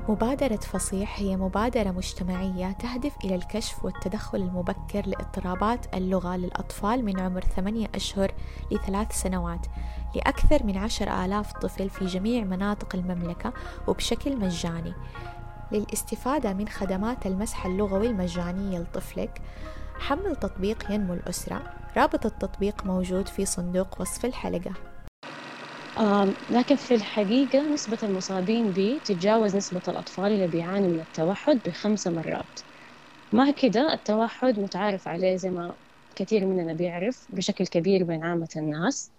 مبادرة فصيح هي مبادرة مجتمعية تهدف إلى الكشف والتدخل المبكر لاضطرابات اللغة للأطفال من عمر 8 أشهر ل3 سنوات لأكثر من 10,000 طفل في جميع مناطق المملكة وبشكل مجاني. للاستفادة من خدمات المسح اللغوي المجانية لطفلك، حمل تطبيق ينمو الأسرة. رابط التطبيق موجود في صندوق وصف الحلقة. لكن في الحقيقة نسبة المصابين به تتجاوز نسبة الأطفال اللي بيعانوا من التوحد ب5 مرات. مع كده التوحد متعارف عليه زي ما كثير مننا بيعرف بشكل كبير بين عامة الناس.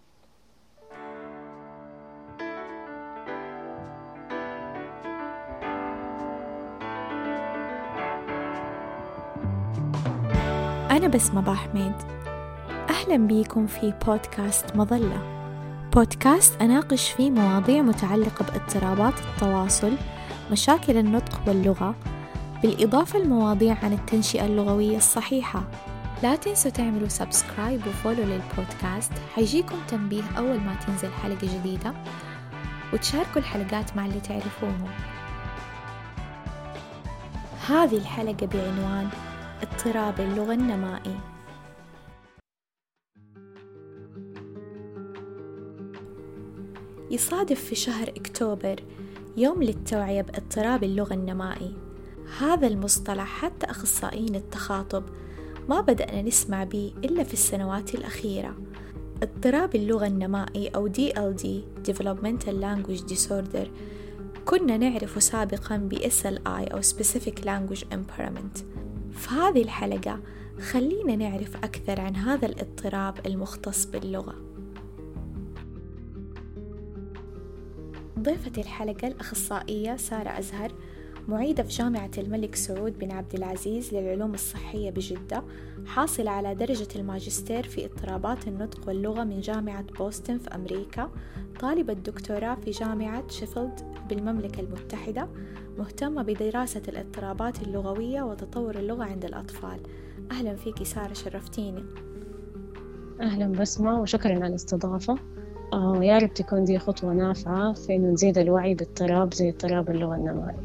أنا بسمة باحمد، أهلا بيكم في بودكاست مظلة، بودكاست أناقش فيه مواضيع متعلقة باضطرابات التواصل، مشاكل النطق واللغة، بالإضافة لمواضيع عن التنشئة اللغوية الصحيحة. لا تنسوا تعملوا سبسكرايب وفولو للبودكاست، حيجيكم تنبيه أول ما تنزل حلقة جديدة، وتشاركوا الحلقات مع اللي تعرفوهم. هذه الحلقة بعنوان اضطراب اللغة النمائي. يصادف في شهر أكتوبر يوم للتوعية باضطراب اللغة النمائي. هذا المصطلح حتى أخصائيين التخاطب ما بدأنا نسمع به إلا في السنوات الأخيرة. اضطراب اللغة النمائي أو DLD Developmental Language Disorder كنا نعرفه سابقا ب SLI أو Specific Language Impairment. في هذه الحلقة خلينا نعرف أكثر عن هذا الاضطراب المختص باللغة. ضيفة الحلقة الأخصائية سارة أزهر، معيدة في جامعة الملك سعود بن عبد العزيز للعلوم الصحية بجدة، حاصلة على درجة الماجستير في اضطرابات النطق واللغة من جامعة بوسطن في أمريكا، طالبة دكتوراه في جامعة شيفيلد بالمملكة المتحدة، مهتمة بدراسة الاضطرابات اللغوية وتطور اللغة عند الأطفال. أهلا فيكي سارة، شرفتيني. أهلا بسمة، وشكرا على الاستضافة. يا رب تكون دي خطوة نافعة في إنه نزيد الوعي باضطراب زي اضطراب اللغة النمائي.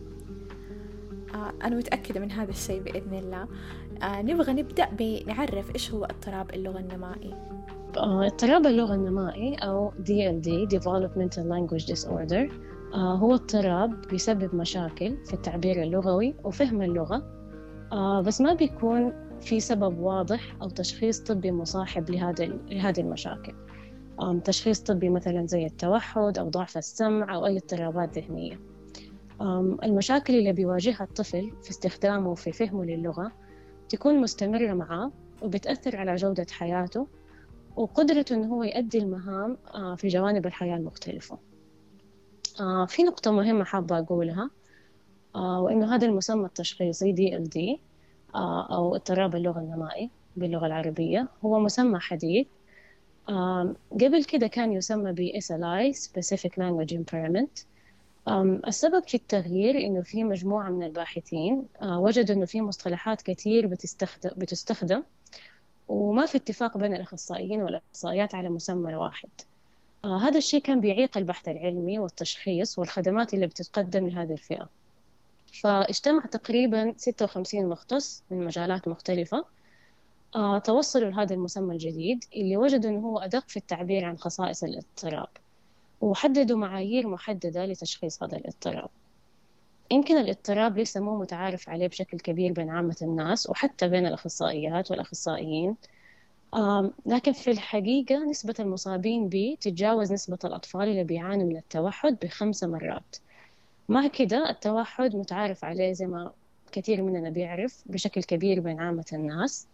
أنا متأكدة من هذا الشيء بإذن الله. نبغى نبدأ بنعرف إيش هو اضطراب اللغة النمائي. اضطراب اللغة النمائي أو DLD Developmental Language Disorder هو اضطراب بيسبب مشاكل في التعبير اللغوي وفهم اللغة، بس ما بيكون في سبب واضح أو تشخيص طبي مصاحب لهذه المشاكل. تشخيص طبي مثلا زي التوحد أو ضعف السمع أو أي اضطرابات ذهنية. المشاكل اللي بيواجهها الطفل في استخدامه وفي فهمه للغة تكون مستمرة معه وبتأثر على جودة حياته وقدرته أنه هو يؤدي المهام في جوانب الحياة المختلفة. في نقطة مهمة حابة أقولها، وإنه هذا المسمى التشخيصي DLD أو اضطراب اللغة النمائي باللغة العربية هو مسمى حديث. قبل كده كان يسمى ب SLI Specific Language Impairment. السبب في التغيير إنه في مجموعة من الباحثين وجدوا إنه في مصطلحات كتير بتستخدم وما في اتفاق بين الأخصائيين والأخصائيات على مسمى واحد. هذا الشيء كان بيعيق البحث العلمي والتشخيص والخدمات اللي بتتقدم لهذه الفئة. فاجتمع تقريبا 56 مختص من مجالات مختلفة، توصلوا لهذا المسمى الجديد اللي وجدوا إنه هو أدق في التعبير عن خصائص الاضطراب، وحددوا معايير محددة لتشخيص هذا الاضطراب. يمكن الاضطراب لسه مو متعارف عليه بشكل كبير بين عامة الناس وحتى بين الأخصائيات والأخصائيين، لكن في الحقيقة نسبة المصابين به تتجاوز نسبة الأطفال اللي بيعانوا من التوحد ب5 مرات. مع كده التوحد متعارف عليه زي ما كثير مننا بيعرف بشكل كبير بين عامة الناس.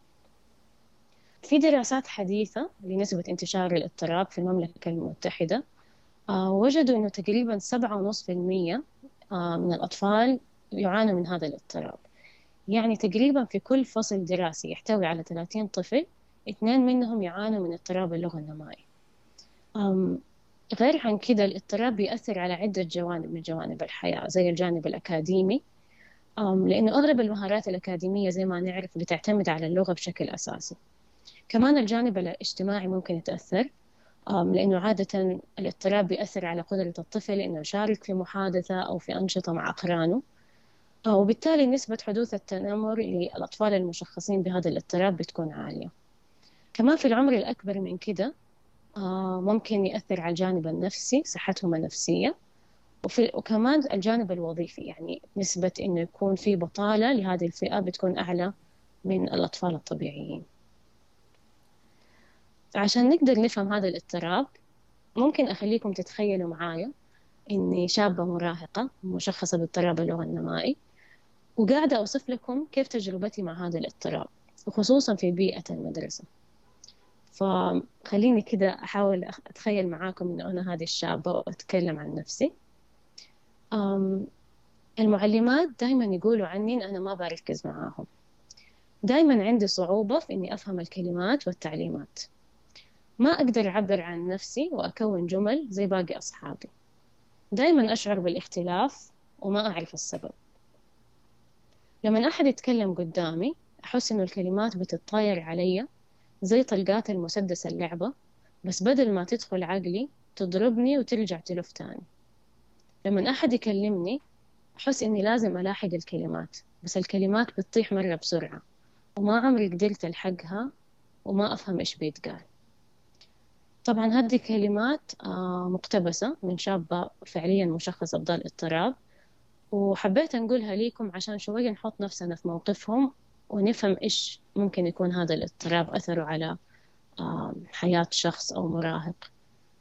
في دراسات حديثة لنسبة انتشار الاضطراب في المملكة المتحدة، وجدوا أنه تقريبا 7.5% من الأطفال يعانوا من هذا الاضطراب. يعني تقريبا في كل فصل دراسي يحتوي على 30 طفل 2 منهم يعانوا من اضطراب اللغة النمائي. غير عن كده الاضطراب بيأثر على عدة جوانب من جوانب الحياة زي الجانب الأكاديمي، لأنه أغلب المهارات الأكاديمية زي ما نعرف بتعتمد على اللغة بشكل أساسي. كمان الجانب الاجتماعي ممكن يتأثر، لأنه عادة الاضطراب بيأثر على قدرة الطفل إنه يشارك في محادثة أو في أنشطة مع أقرانه. وبالتالي نسبة حدوث التنمر للأطفال المشخصين بهذا الاضطراب بتكون عالية. كمان في العمر الأكبر من كده ممكن يأثر على الجانب النفسي، صحتهم النفسية، وكمان الجانب الوظيفي، يعني نسبة إنه يكون في بطالة لهذه الفئة بتكون أعلى من الأطفال الطبيعيين. عشان نقدر نفهم هذا الاضطراب ممكن أخليكم تتخيلوا معايا إني شابة مراهقة مشخصة باضطراب اللغة النمائي، وقاعدة أوصف لكم كيف تجربتي مع هذا الاضطراب، وخصوصا في بيئة المدرسة. فخليني كده أحاول أتخيل معاكم إنه أنا هذه الشابة وأتكلم عن نفسي. المعلمات دايما يقولوا عني إن أنا ما بركز معاهم، دايما عندي صعوبة في إني أفهم الكلمات والتعليمات، ما أقدر أعبر عن نفسي وأكون جمل زي باقي أصحابي، دايما أشعر بالاختلاف وما أعرف السبب. لما أحد يتكلم قدامي أحس إنه الكلمات بتتطاير علي زي طلقات المسدس اللعبة، بس بدل ما تدخل عقلي تضربني وترجع تلف تاني. لما أحد يكلمني أحس إني لازم ألاحق الكلمات، بس الكلمات بتطيح مرة بسرعة وما عمري قدرت ألحقها وما أفهم إيش بيتقال. طبعا هذه كلمات مقتبسة من شابة فعليا مشخصة بهذا الاضطراب، وحبيت نقولها ليكم عشان شوية نحط نفسنا في موقفهم ونفهم إيش ممكن يكون هذا الاضطراب أثره على حياة شخص أو مراهق.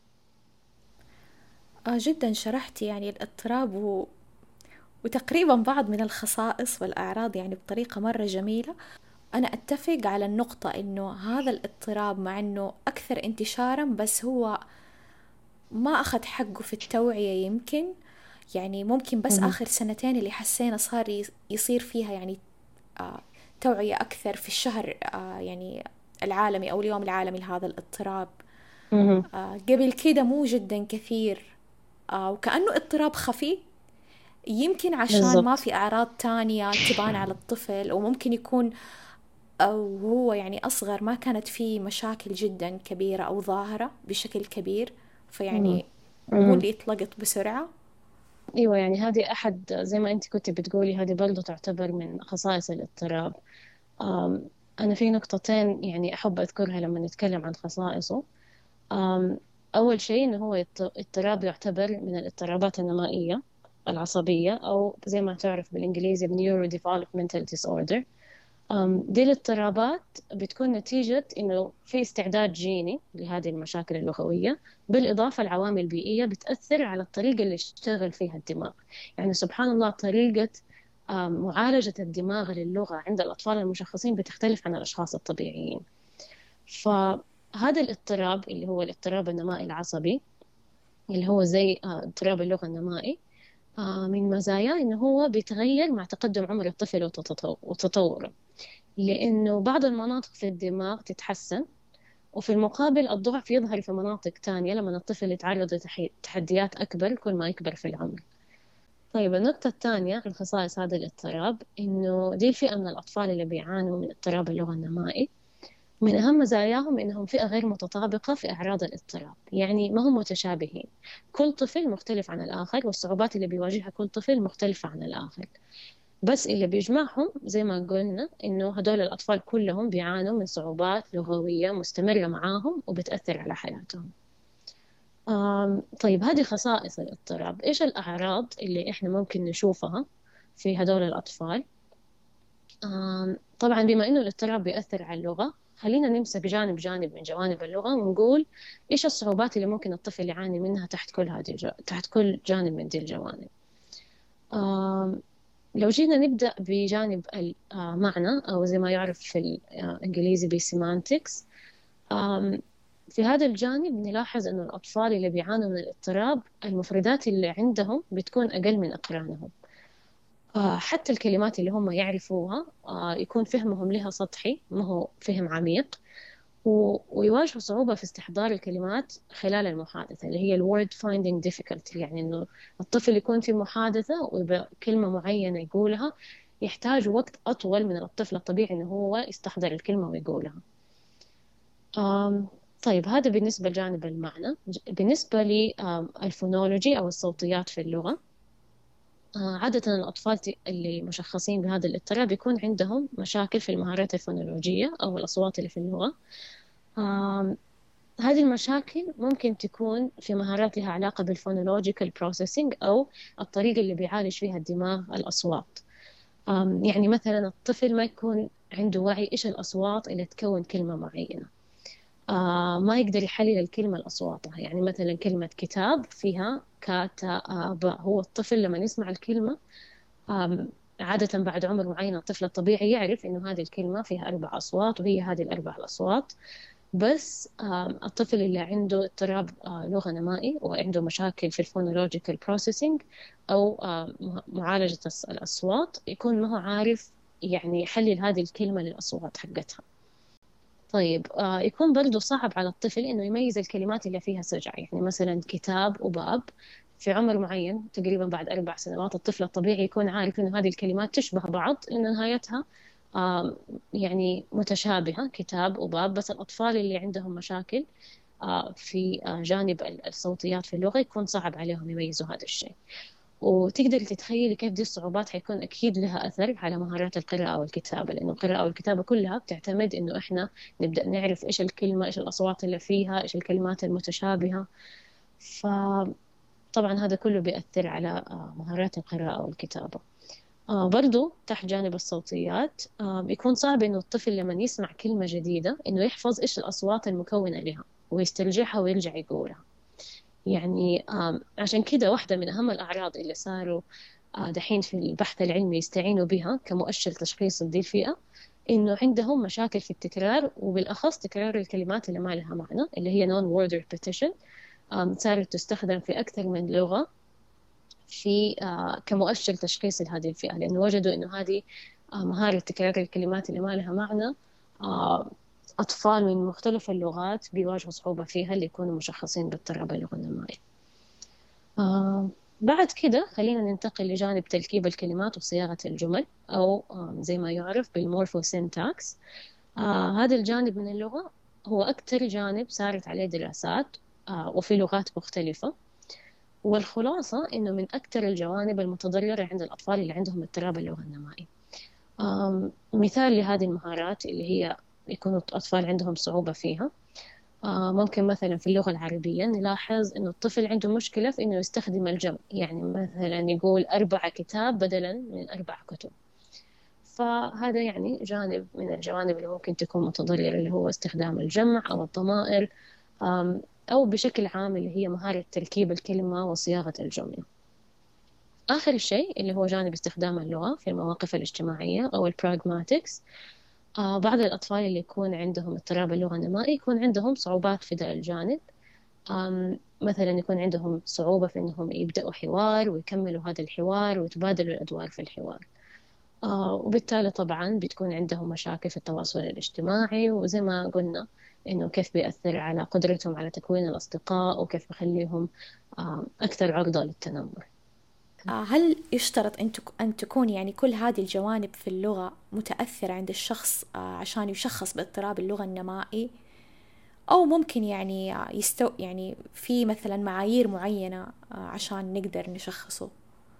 جدا شرحتي يعني الاضطراب وتقريبا بعض من الخصائص والأعراض يعني بطريقة مرة جميلة. أنا أتفق على النقطة إنه هذا الاضطراب مع إنه أكثر انتشارا بس هو ما أخذ حقه في التوعية، يمكن يعني ممكن بس مهم. آخر سنتين اللي حسينا صار يصير فيها يعني آه توعية أكثر في الشهر يعني العالمي أو اليوم العالمي لهذا الاضطراب. مهم. قبل كده مو جدا كثير، وكأنه اضطراب خفي، يمكن عشان ما بالضبط. في أعراض تانية تبان على الطفل، وممكن يكون أو هو يعني أصغر ما كانت فيه مشاكل جدا كبيرة أو ظاهرة بشكل كبير، مهم. فيعني هو مهم. اللي يتلقط بسرعة. أيوة، يعني هذه أحد زي ما أنت كنت بتقولي، هذه برضو تعتبر من خصائص الاضطراب. أم، أنا في نقطتين يعني أحب أذكرها لما نتكلم عن خصائصه. أم، أول شيء إنه هو اضطراب يعتبر من الاضطرابات النمائية العصبية، أو زي ما تعرف بالإنجليزي Neurodevelopmental Disorder. دي الاضطرابات بتكون نتيجة إنه في استعداد جيني لهذه المشاكل اللغوية، بالإضافة لعوامل بيئية بتأثر على الطريقة اللي يشتغل فيها الدماغ. يعني سبحان الله طريقة معالجة الدماغ للغة عند الأطفال المشخصين بتختلف عن الأشخاص الطبيعيين. فهذا الاضطراب اللي هو الاضطراب النمائي العصبي، اللي هو زي اضطراب اللغة النمائي، من مزاياه إنه هو بيتغير مع تقدم عمر الطفل وتطوره، لأنه بعض المناطق في الدماغ تتحسن، وفي المقابل الضعف يظهر في مناطق تانية لما الطفل يتعرض لتحديات أكبر كل ما يكبر في العمر. طيب النقطة الثانية من خصائص هذا الاضطراب إنه دي الفئة من الأطفال اللي بيعانوا من اضطراب اللغة النمائي، من أهم مزاياهم إنهم فئة غير متطابقة في أعراض الاضطراب، يعني ما هم متشابهين، كل طفل مختلف عن الآخر، والصعوبات اللي بيواجهها كل طفل مختلفة عن الآخر. بس اللي بيجمعهم زي ما قلنا إنه هدول الأطفال كلهم بيعانوا من صعوبات لغوية مستمرة معاهم وبتأثر على حياتهم. طيب هذه خصائص الاضطراب. إيش الأعراض اللي إحنا ممكن نشوفها في هدول الأطفال؟ طبعا بما إنه الاضطراب بيأثر على اللغة، خلينا نمسك جانب من جوانب اللغة ونقول إيش الصعوبات اللي ممكن الطفل يعاني منها تحت كل تحت كل جانب من دي الجوانب. لو جينا نبدأ بجانب المعنى، أو زي ما يعرف في الإنجليزي بسيمانتكس، في هذا الجانب نلاحظ أن الأطفال اللي بيعانوا من الاضطراب المفردات اللي عندهم بتكون أقل من أقرانهم. حتى الكلمات اللي هم يعرفوها يكون فهمهم لها سطحي، ما هو فهم عميق، ويواجهوا صعوبة في استحضار الكلمات خلال المحادثة اللي هي ال word finding difficulty. يعني إنه الطفل يكون في محادثة ويبقى كلمة معينة يقولها يحتاج وقت أطول من الطفل الطبيعي إنه هو يستحضر الكلمة ويقولها. طيب هذا بالنسبة لجانب المعنى. بالنسبة للفونولوجي أو الصوتيات في اللغة، عادة الأطفال اللي مشخصين بهذا الاضطراب يكون عندهم مشاكل في المهارات الفونولوجية أو الأصوات اللي في اللغة. آم، هذه المشاكل ممكن تكون في مهارات لها علاقة بالفونولوجيكال بروسيسنج أو الطريقة اللي بيعالج فيها الدماغ الأصوات. يعني مثلا الطفل ما يكون عنده وعي إيش الأصوات اللي تكون كلمة معينة. ما يقدر يحلل الكلمة لأصواتها. يعني مثلا كلمة كتاب فيها كاتا باء، هو الطفل لما يسمع الكلمة آم، عادة بعد عمر معين الطفل الطبيعي يعرف إنه هذه الكلمة فيها 4 أصوات وهي هذه ال4 الأصوات. بس الطفل اللي عنده اضطراب لغة نمائي وعنده مشاكل في الفونولوجيكال بروسيسنج أو معالجة الأصوات يكون ما هو عارف يعني يحلل هذه الكلمة للأصوات حقتها. طيب يكون برضو صعب على الطفل إنه يميز الكلمات اللي فيها سجع. يعني مثلا كتاب وباب في عمر معين تقريبا بعد 4 سنوات الطفل الطبيعي يكون عارف إنه هذه الكلمات تشبه بعض، إنه نهايتها يعني متشابهة، كتاب وباب. بس الأطفال اللي عندهم مشاكل في جانب الصوتيات في اللغة يكون صعب عليهم يميزوا هذا الشيء. وتقدر تتخيلي كيف دي الصعوبات حيكون أكيد لها أثر على مهارات القراءة والكتابة، لأنه القراءة والكتابة كلها بتعتمد إنه إحنا نبدأ نعرف إيش الكلمة، إيش الأصوات اللي فيها، إيش الكلمات المتشابهة. فطبعا هذا كله بيأثر على مهارات القراءة والكتابة. برضو تحت جانب الصوتيات بيكون صعب إنه الطفل لما يسمع كلمة جديدة إنه يحفظ إيش الأصوات المكونة لها ويسترجعها ويرجع يقولها. يعني عشان كده واحدة من أهم الأعراض اللي صاروا دحين في البحث العلمي يستعينوا بها كمؤشر تشخيص دي الفئة، إنه عندهم مشاكل في التكرار، وبالأخص تكرار الكلمات اللي ما لها معنى اللي هي non word repetition. صارت تستخدم في أكثر من لغة في كمؤشر تشخيص لهذه الفئة، لأنه وجدوا إنه هذه مهارة تكرار الكلمات اللي ما لها معنى أطفال من مختلف اللغات بيواجهوا صعوبة فيها اللي يكونوا مشخصين باضطراب اللغة النمائي. بعد كده خلينا ننتقل لجانب تركيب الكلمات وصياغة الجمل أو زي ما يعرف بالمورفوسينتاكس. هذا الجانب من اللغة هو أكثر جانب صارت عليه دراسات وفي لغات مختلفة. والخلاصة إنه من أكثر الجوانب المتضررة عند الأطفال اللي عندهم اضطراب اللغة النمائي. مثال لهذه المهارات اللي هي يكونوا الأطفال عندهم صعوبة فيها، ممكن مثلا في اللغة العربية نلاحظ إنه الطفل عنده مشكلة في إنه يستخدم الجمع. يعني مثلا يقول 4 كتاب بدلا من 4 كتب. فهذا يعني جانب من الجوانب اللي ممكن تكون متضررة، اللي هو استخدام الجمع أو الضمائر أو بشكل عام اللي هي مهارة تركيب الكلمة وصياغة الجملة. آخر شيء اللي هو جانب استخدام اللغة في المواقف الاجتماعية أو البراغماتكس. بعض الأطفال اللي يكون عندهم اضطراب اللغة النمائي يكون عندهم صعوبات في ذا الجانب. مثلا يكون عندهم صعوبة في أنهم يبدأوا حوار ويكملوا هذا الحوار ويتبادلوا الأدوار في الحوار. وبالتالي طبعا بتكون عندهم مشاكل في التواصل الاجتماعي، وزي ما قلنا إنه كيف بيأثر على قدرتهم على تكوين الأصدقاء وكيف بيخليهم أكثر عرضة للتنمر. هل يشترط أن تكون يعني كل هذه الجوانب في اللغة متأثرة عند الشخص عشان يشخص باضطراب اللغة النمائي، أو ممكن يعني يعني في مثلا معايير معينة عشان نقدر نشخصه؟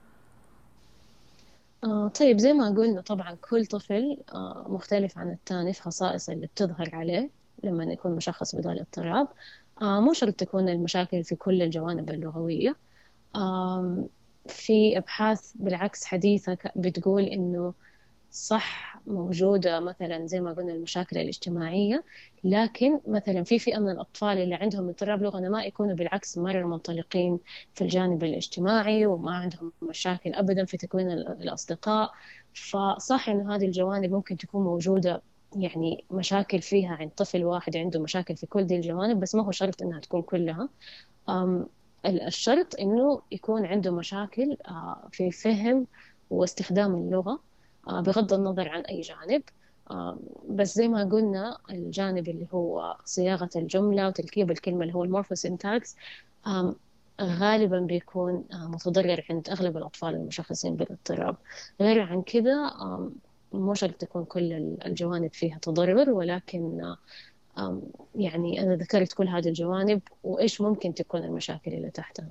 طيب زي ما قلنا طبعا كل طفل مختلف عن الثاني في خصائص اللي بتظهر عليه لما يكون مشخص بهذا الاضطراب. مو شرط تكون المشاكل في كل الجوانب اللغوية. في أبحاث بالعكس حديثة بتقول إنه صح موجودة مثلا زي ما قلنا المشاكل الاجتماعية، لكن مثلا في فئة من الأطفال اللي عندهم اضطراب لغة نمائي يكونوا بالعكس مرة منطلقين في الجانب الاجتماعي وما عندهم مشاكل أبدا في تكوين الأصدقاء. فصح إنه هذه الجوانب ممكن تكون موجودة، يعني مشاكل فيها عند طفل واحد عنده مشاكل في كل دي الجوانب، بس ما هو شرط إنها تكون كلها. الشرط إنه يكون عنده مشاكل في فهم واستخدام اللغة بغض النظر عن أي جانب. بس زي ما قلنا الجانب اللي هو صياغة الجملة وتركيب الكلمة اللي هو المورفوسينتاكس غالبا بيكون متضرر عند أغلب الأطفال المشخصين بالاضطراب. غير عن كده مو شرط تكون كل الجوانب فيها تضرر، ولكن يعني أنا ذكرت كل هذه الجوانب وإيش ممكن تكون المشاكل اللي تحتها.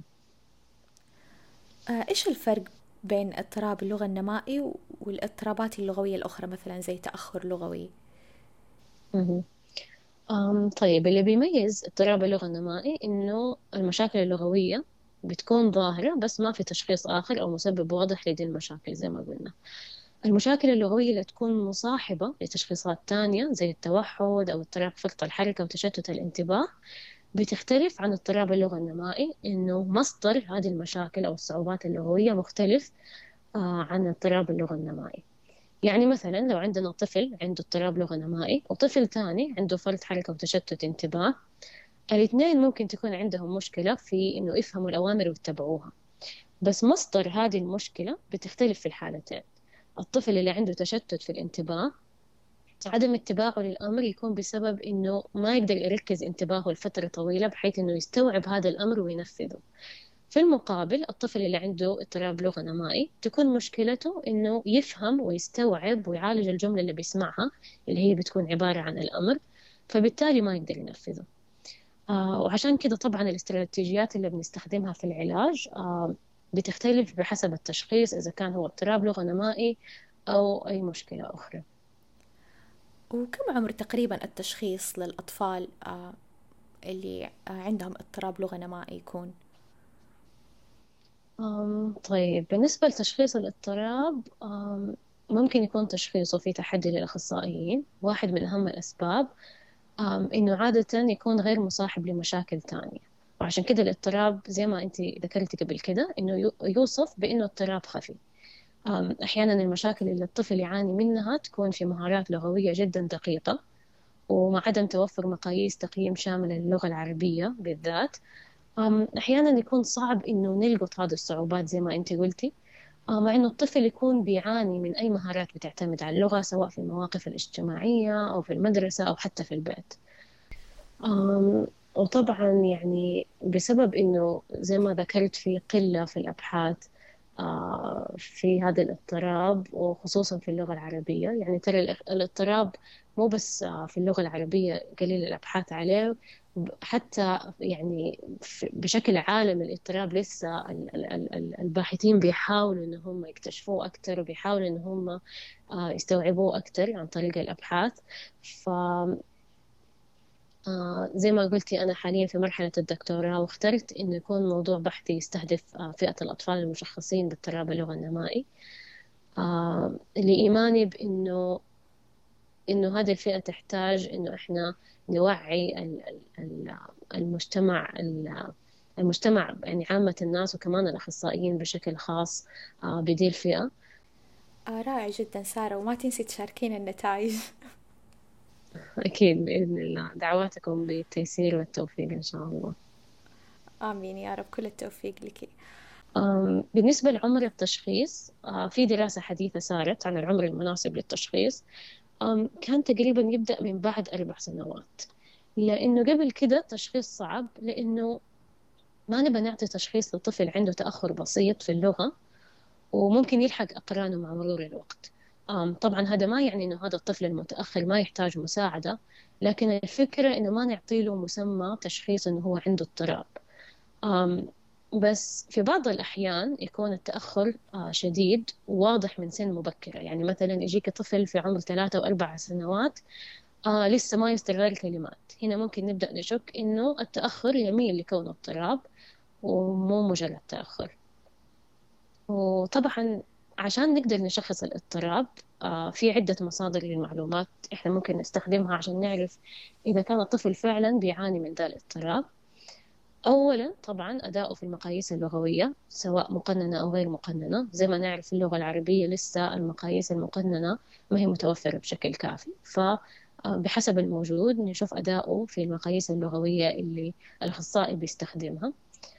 إيش الفرق بين اضطراب اللغة النمائي والاضطرابات اللغوية الأخرى مثلا زي تأخر لغوي؟ مهم. طيب، اللي بيميز اضطراب اللغة النمائي إنه المشاكل اللغوية بتكون ظاهرة بس ما في تشخيص آخر أو مسبب واضح لدي المشاكل زي ما قلنا. المشاكل اللغوية اللي تكون مصاحبة لتشخيصات تانية زي التوحد أو اضطراب فرط الحركة وتشتت الانتباه بتختلف عن اضطراب اللغة النمائي، إنه مصدر هذه المشاكل أو الصعوبات اللغوية مختلف عن اضطراب اللغة النمائي. يعني مثلا لو عندنا طفل عنده اضطراب لغة نمائي وطفل تاني عنده فرط حركة وتشتت انتباه، الاثنين ممكن تكون عندهم مشكلة في إنه يفهموا الأوامر ويتبعوها، بس مصدر هذه المشكلة بتختلف في الحالتين. الطفل اللي عنده تشتت في الانتباه عدم اتباعه للأمر يكون بسبب إنه ما يقدر يركز انتباهه لفترة طويلة بحيث إنه يستوعب هذا الأمر وينفذه. في المقابل الطفل اللي عنده اضطراب لغة نمائي تكون مشكلته إنه يفهم ويستوعب ويعالج الجملة اللي بيسمعها اللي هي بتكون عبارة عن الأمر، فبالتالي ما يقدر ينفذه. وعشان كده طبعا الاستراتيجيات اللي بنستخدمها في العلاج بتختلف بحسب التشخيص، إذا كان هو اضطراب لغة نمائي أو أي مشكلة أخرى. وكم عمر تقريبا التشخيص للأطفال اللي عندهم اضطراب لغة نمائي يكون؟ طيب، بالنسبة لتشخيص الاضطراب ممكن يكون تشخيصه في تحدي للأخصائيين. واحد من أهم الأسباب إنه عادة يكون غير مصاحب لمشاكل تانية، وعشان كده الاضطراب زي ما أنت ذكرتي قبل كده إنه يوصف بإنه اضطراب خفي. أحيانا المشاكل اللي الطفل يعاني منها تكون في مهارات لغوية جدا دقيقة، ومع عدم توفر مقاييس تقييم شاملة للغة العربية بالذات أحيانا يكون صعب إنه نلقط هذه الصعوبات زي ما أنت قلتي. مع إنه الطفل يكون بيعاني من أي مهارات بتعتمد على اللغة، سواء في المواقف الاجتماعية أو في المدرسة أو حتى في البيت. وطبعا يعني بسبب إنه زي ما ذكرت في قلة في الأبحاث في هذا الاضطراب، وخصوصا في اللغة العربية. يعني ترى الاضطراب مو بس في اللغة العربية قليل الأبحاث عليه، حتى يعني بشكل عالمي الاضطراب لسه الباحثين بيحاولوا إن هم يكتشفوه أكتر، وبيحاولوا إن هم يستوعبوه أكتر عن طريق الأبحاث. ف زي ما قلتي أنا حاليا في مرحلة الدكتوراه، واخترت إنه يكون موضوع بحثي يستهدف فئة الأطفال المشخصين باضطراب اللغة النمائي، لإيماني بإنه هذه الفئة تحتاج إنه إحنا نوعي المجتمع، المجتمع يعني عامة الناس، وكمان الأخصائيين بشكل خاص بدي الفئة. رائع جدا سارة، وما تنسي تشاركين النتائج. أكيد بإذن الله، دعواتكم بالتيسير والتوفيق إن شاء الله. آمين يا رب، كل التوفيق لك. بالنسبة لعمر التشخيص، في دراسة حديثة صارت عن العمر المناسب للتشخيص. كان تقريبا يبدأ من بعد 4 سنوات، لأنه قبل كده التشخيص صعب، لأنه ما نبى نعطي تشخيص لطفل عنده تأخر بسيط في اللغة وممكن يلحق أقرانه مع مرور الوقت. طبعا هذا ما يعني إنه هذا الطفل المتأخر ما يحتاج مساعدة، لكن الفكرة إنه ما نعطي له مسمى تشخيص إنه هو عنده اضطراب. بس في بعض الأحيان يكون التأخر شديد وواضح من سن مبكرة. يعني مثلا يجيك طفل في عمر 3 أو 4 سنوات لسه ما يستغل الكلمات، هنا ممكن نبدأ نشك إنه التأخر يميل لكونه اضطراب ومو مجرد تأخر. وطبعا عشان نقدر نشخص الاضطراب في عدة مصادر للمعلومات إحنا ممكن نستخدمها عشان نعرف إذا كان الطفل فعلا بيعاني من ذا الاضطراب. أولا طبعا أداؤه في المقاييس اللغوية سواء مقننة أو غير مقننة. زي ما نعرف في اللغة العربية لسه المقاييس المقننة ما هي متوفرة بشكل كافي، فبحسب الموجود نشوف أداؤه في المقاييس اللغوية اللي الأخصائي بيستخدمها.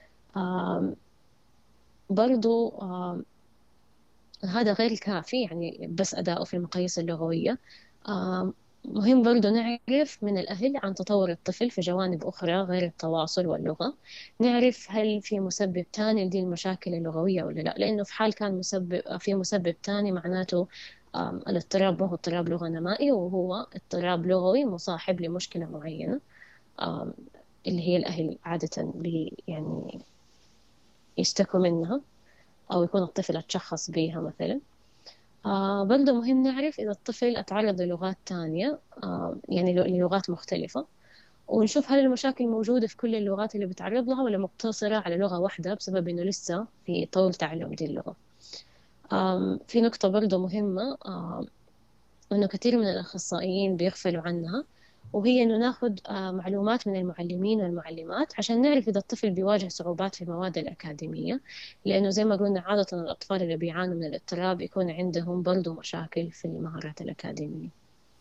برضو هذا غير كافي، يعني بس أداؤه في المقاييس اللغوية. مهم برضو نعرف من الأهل عن تطور الطفل في جوانب أخرى غير التواصل واللغة، نعرف هل في مسبب تاني لدي المشاكل اللغوية ولا لا، لأنه في حال كان في مسبب تاني معناته الاضطراب ما هو اضطراب لغة نمائي، وهو اضطراب لغوي مصاحب لمشكلة معينة، آم، اللي هي الأهل عادة يعني يشتكوا منها، أو يكون الطفل اتشخص بيها مثلا. برضه مهم نعرف إذا الطفل اتعرض للغات تانية، يعني للغات مختلفة، ونشوف هل المشاكل موجودة في كل اللغات اللي بتعرض لها، ولا مقتصرة على لغة واحدة بسبب إنه لسه في طور تعلم دي اللغة. في نقطة برضه مهمة، إنه كثير من الأخصائيين بيغفلوا عنها، وهي إنه ناخد معلومات من المعلمين والمعلمات عشان نعرف إذا الطفل بيواجه صعوبات في المواد الأكاديمية، لأنه زي ما قلنا عادة الأطفال اللي بيعانوا من الاضطراب يكون عندهم برضو مشاكل في المهارات الأكاديمية.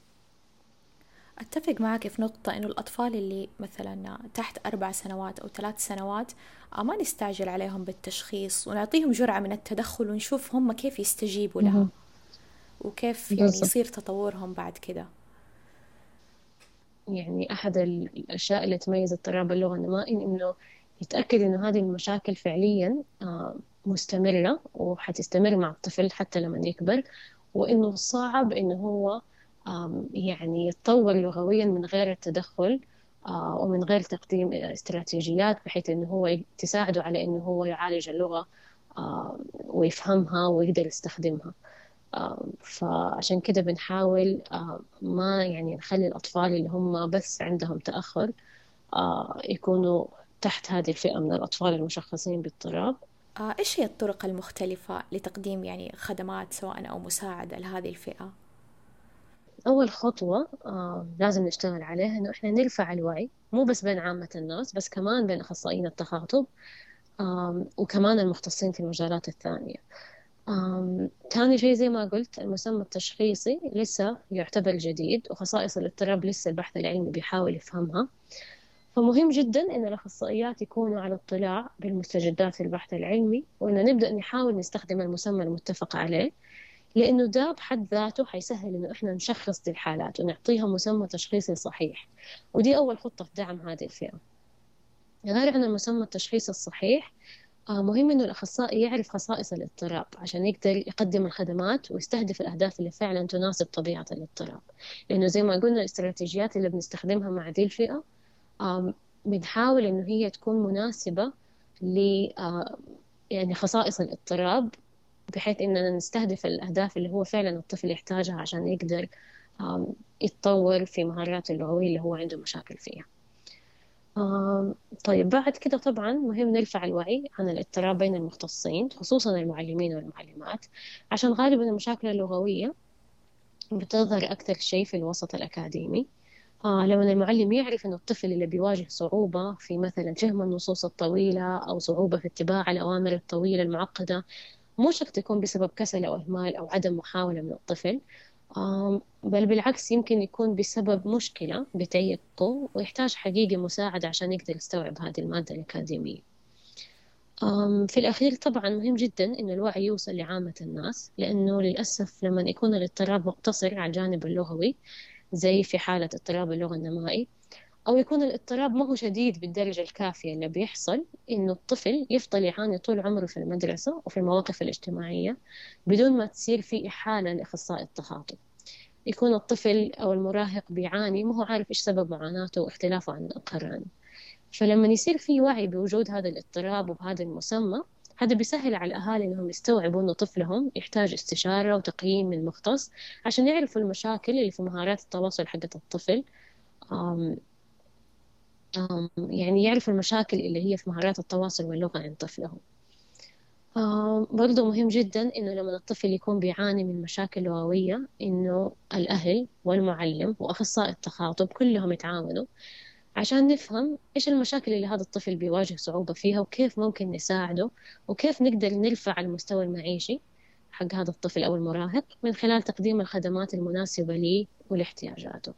أتفق معك في نقطة إنه الأطفال اللي مثلا تحت 4 سنوات أو 3 سنوات ما نستعجل عليهم بالتشخيص، ونعطيهم جرعة من التدخل ونشوف هم كيف يستجيبوا لها، مهم. وكيف يعني بالضبط. يصير تطورهم بعد كده. يعني أحد الأشياء اللي تميز اضطراب اللغة النمائي إنه يتأكد إنه هذه المشاكل فعليا مستمرة وحتستمر مع الطفل حتى لما يكبر، وإنه صعب إنه هو يعني يتطور لغويا من غير التدخل، ومن غير تقديم استراتيجيات بحيث إنه هو تساعده على إنه هو يعالج اللغة ويفهمها ويقدر يستخدمها. فعشان كده بنحاول ما يعني نخلي الأطفال اللي هم بس عندهم تأخر يكونوا تحت هذه الفئة من الأطفال المشخصين باضطراب. إيش هي الطرق المختلفة لتقديم يعني خدمات سواء أو مساعدة لهذه الفئة؟ أول خطوة لازم نشتغل عليها إنه إحنا نرفع الوعي، مو بس بين عامة الناس، بس كمان بين أخصائيين التخاطب وكمان المختصين في المجالات الثانية. تاني شيء زي ما قلت، المسمى التشخيصي لسه يعتبر جديد، وخصائص الاضطراب لسه البحث العلمي بيحاول يفهمها. فمهم جدا إن الأخصائيات يكونوا على اطلاع بالمستجدات في البحث العلمي، وإن نبدأ نحاول نستخدم المسمى المتفق عليه، لأنه ده بحد ذاته حيسهل إنه إحنا نشخص دي الحالات ونعطيها مسمى تشخيصي صحيح. ودي أول خطة في دعم هذه الفئة. غير عن المسمى التشخيصي الصحيح، مهم إنه الأخصائي يعرف خصائص الاضطراب عشان يقدر يقدم الخدمات ويستهدف الأهداف اللي فعلا تناسب طبيعة الاضطراب. لأنه زي ما قلنا الاستراتيجيات اللي بنستخدمها مع دي الفئة آم، بنحاول إنه هي تكون مناسبة ل يعني خصائص الاضطراب، بحيث إننا نستهدف الأهداف اللي هو فعلا الطفل يحتاجها عشان يقدر يتطور في مهاراته اللغوية اللي هو عنده مشاكل فيها. آم، طيب بعد كده طبعا مهم نرفع الوعي عن الاضطراب بين المختصين، خصوصا المعلمين والمعلمات، عشان غالبا المشاكل اللغوية بتظهر أكثر شيء في الوسط الأكاديمي. لما المعلم يعرف أن الطفل اللي بيواجه صعوبة في مثلا فهم النصوص الطويلة أو صعوبة في اتباع الأوامر الطويلة المعقدة، مو شرط تكون بسبب كسل أو إهمال أو عدم محاولة من الطفل، بل بالعكس يمكن يكون بسبب مشكلة بتعيقه ويحتاج حقيقي مساعدة عشان يقدر يستوعب هذه المادة الأكاديمية. في الأخير طبعا مهم جدا إن الوعي يوصل لعامة الناس، لأنه للأسف لما يكون الاضطراب مقتصر على الجانب اللغوي زي في حالة اضطراب اللغة النمائي، أو يكون الاضطراب ما هو شديد بالدرجة الكافية، اللي بيحصل إنه الطفل يفضل يعاني طول عمره في المدرسة وفي المواقف الاجتماعية بدون ما تصير في إحالة لأخصائي التخاطب. يكون الطفل أو المراهق بيعاني ما هو عارف إيش سبب معاناته واختلافه عن الآخرين. فلما يصير في وعي بوجود هذا الاضطراب وبهذا المسمى، هذا بيسهل على الأهالي إنهم يستوعبوا إنه طفلهم يحتاج استشارة وتقييم من مختص عشان يعرفوا المشاكل اللي في مهارات التواصل حقة الطفل. آم، يعني يعرفوا المشاكل اللي هي في مهارات التواصل واللغة عند طفلهم. برضو مهم جدا إنه لما الطفل يكون بيعاني من مشاكل لغوية، إنه الأهل والمعلم وأخصائي التخاطب كلهم يتعاونوا عشان نفهم إيش المشاكل اللي هذا الطفل بيواجه صعوبة فيها، وكيف ممكن نساعده، وكيف نقدر نرفع المستوى المعيشي حق هذا الطفل أو المراهق من خلال تقديم الخدمات المناسبة ليه ولاحتياجاته.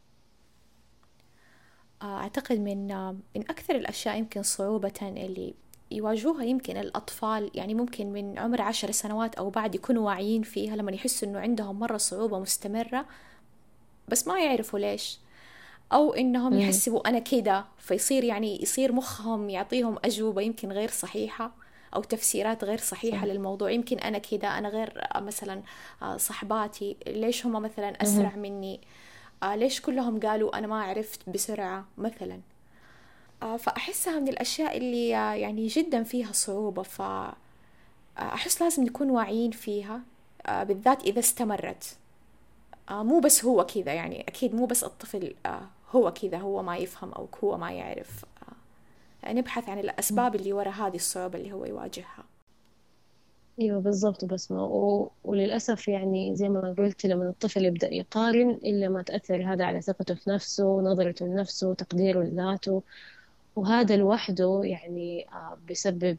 أعتقد من أكثر الأشياء يمكن صعوبة اللي يواجهوها يمكن الأطفال، يعني ممكن من عمر 10 سنوات أو بعد يكونوا واعيين فيها، لما يحسوا إنه عندهم مرة صعوبة مستمرة بس ما يعرفوا ليش، أو إنهم مم. يحسبوا أنا كده، فيصير يعني يصير مخهم يعطيهم أجوبة يمكن غير صحيحة، أو تفسيرات غير صحيحة للموضوع. يمكن أنا كذا، أنا غير مثلا صحباتي، ليش هم مثلا أسرع مني، ليش كلهم قالوا أنا ما عرفت بسرعة مثلا. فأحسها من الأشياء اللي يعني جدا فيها صعوبة، فأحس لازم نكون واعيين فيها، بالذات إذا استمرت. مو بس هو كذا، يعني أكيد مو بس الطفل هو كذا، هو ما يفهم أو هو ما يعرف. نبحث عن الأسباب اللي وراء هذه الصعوبة اللي هو يواجهها. ايوه بالضبط بسمة. وللأسف يعني زي ما قلت، لما الطفل يبدأ يقارن إلا ما تأثر هذا على ثقته في نفسه، نظرته لنفسه، تقديره لذاته. وهذا لوحده يعني بيسبب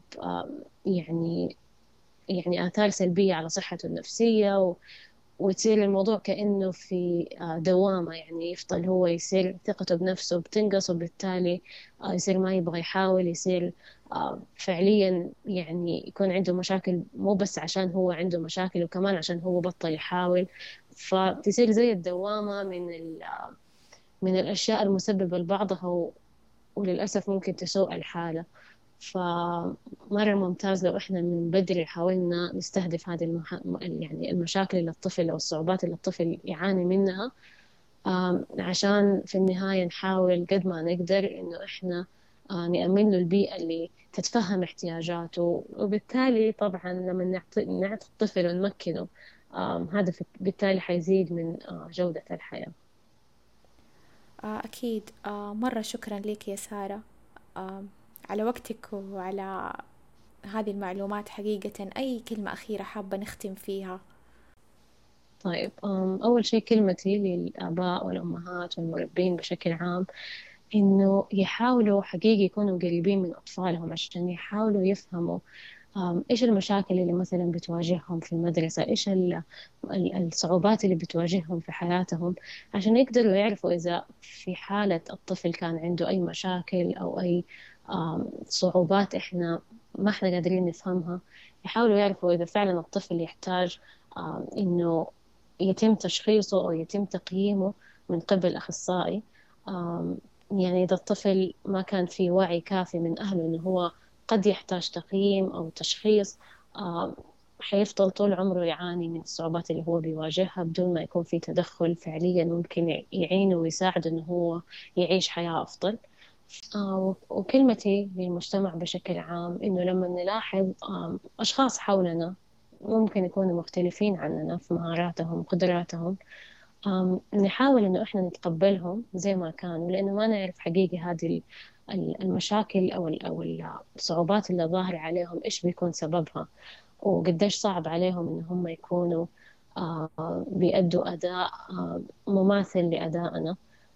يعني آثار سلبية على صحته النفسية. وتصير الموضوع كأنه في دوامة، يعني يفضل هو يصير ثقته بنفسه بتنقص، وبالتالي يصير ما يبغى يحاول، يصير فعليا يعني يكون عنده مشاكل، مو بس عشان هو عنده مشاكل، وكمان عشان هو بطل يحاول. فتصير زي الدوامة من الأشياء المسببة لبعضها، وللأسف ممكن تسوء الحالة. فمرة ممتاز لو إحنا من بدري حاولنا نستهدف هذه يعني المشاكل اللي الطفل أو الصعوبات اللي الطفل يعاني منها، عشان في النهاية نحاول قد ما نقدر إنه إحنا نأمن له البيئة اللي تتفهم احتياجاته. وبالتالي طبعا لما نعطي الطفل ونمكنه، هذا بالتالي حيزيد من جودة الحياة. أكيد. مرة شكرا لك يا سارة على وقتك وعلى هذه المعلومات. حقيقة أي كلمة أخيرة حابة نختم فيها؟ طيب، أول شيء كلمتي للآباء والأمهات والمربين بشكل عام، إنه يحاولوا حقيقي يكونوا قريبين من أطفالهم، عشان يحاولوا يفهموا إيش المشاكل اللي مثلا بتواجههم في المدرسة، إيش الصعوبات اللي بتواجههم في حياتهم، عشان يقدروا يعرفوا إذا في حالة الطفل كان عنده أي مشاكل أو أي صعوبات إحنا ما إحنا قادرين نفهمها. يحاولوا يعرفوا إذا فعلا الطفل يحتاج إنه يتم تشخيصه أو يتم تقييمه من قبل أخصائي. يعني إذا الطفل ما كان في وعي كافي من أهله إنه هو قد يحتاج تقييم أو تشخيص، حيفضل طول عمره يعاني من الصعوبات اللي هو بيواجهها بدون ما يكون في تدخل فعليا ممكن يعينه ويساعده إنه هو يعيش حياة أفضل. وكلمتي للمجتمع بشكل عام، إنه لما نلاحظ أشخاص حولنا ممكن يكونوا مختلفين عننا في مهاراتهم وقدراتهم، نحاول إنه إحنا نتقبلهم زي ما كانوا، لأنه ما نعرف حقيقي هذه المشاكل أو الصعوبات اللي ظاهرة عليهم إيش بيكون سببها، وقديش صعب عليهم إن هم يكونوا بيأدوا أداء مماثل لأدائنا.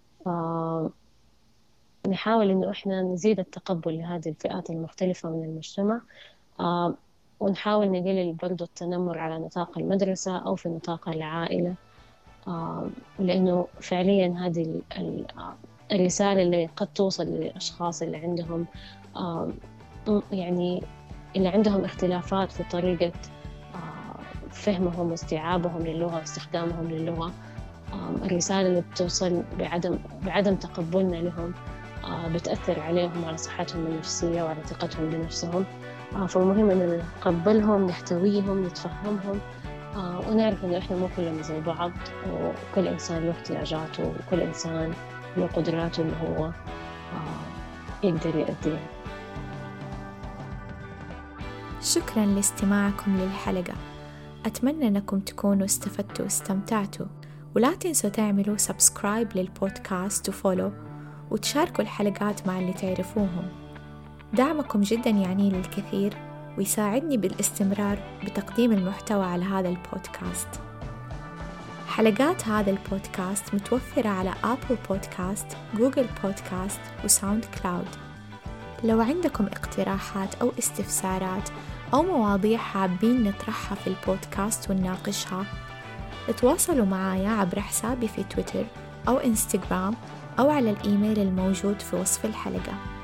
نحاول إنه إحنا نزيد التقبل لهذه الفئات المختلفة من المجتمع، ونحاول نقلل برضو التنمر على نطاق المدرسة أو في نطاق العائلة، لأنه فعليا هذه الرسالة اللي قد توصل للأشخاص اللي عندهم يعني اللي عندهم اختلافات في طريقة فهمهم واستيعابهم للغة واستخدامهم للغة، الرسالة اللي بتوصل بعدم تقبلنا لهم بتأثر عليهم وعلى صحتهم النفسية وعلى ثقتهم بنفسهم. فالمهم إننا نتقبلهم، نحتويهم، نتفهمهم، ونعرف إنه إحنا مو كلنا زي بعض، وكل إنسان له احتياجاته، وكل إنسان له قدراته اللي هو يقدر يؤديها. شكرا لاستماعكم للحلقة. أتمنى أنكم تكونوا استفدتوا واستمتعتوا، ولا تنسوا تعملوا سبسكرايب للبودكاست وفولو، وتشاركوا الحلقات مع اللي تعرفوهم. دعمكم جدا يعني لي الكثير ويساعدني بالاستمرار بتقديم المحتوى على هذا البودكاست. حلقات هذا البودكاست متوفرة على آبل بودكاست، جوجل بودكاست وساوند كلاود. لو عندكم اقتراحات أو استفسارات أو مواضيع حابين نطرحها في البودكاست ونناقشها، تواصلوا معايا عبر حسابي في تويتر أو إنستغرام أو على الإيميل الموجود في وصف الحلقة.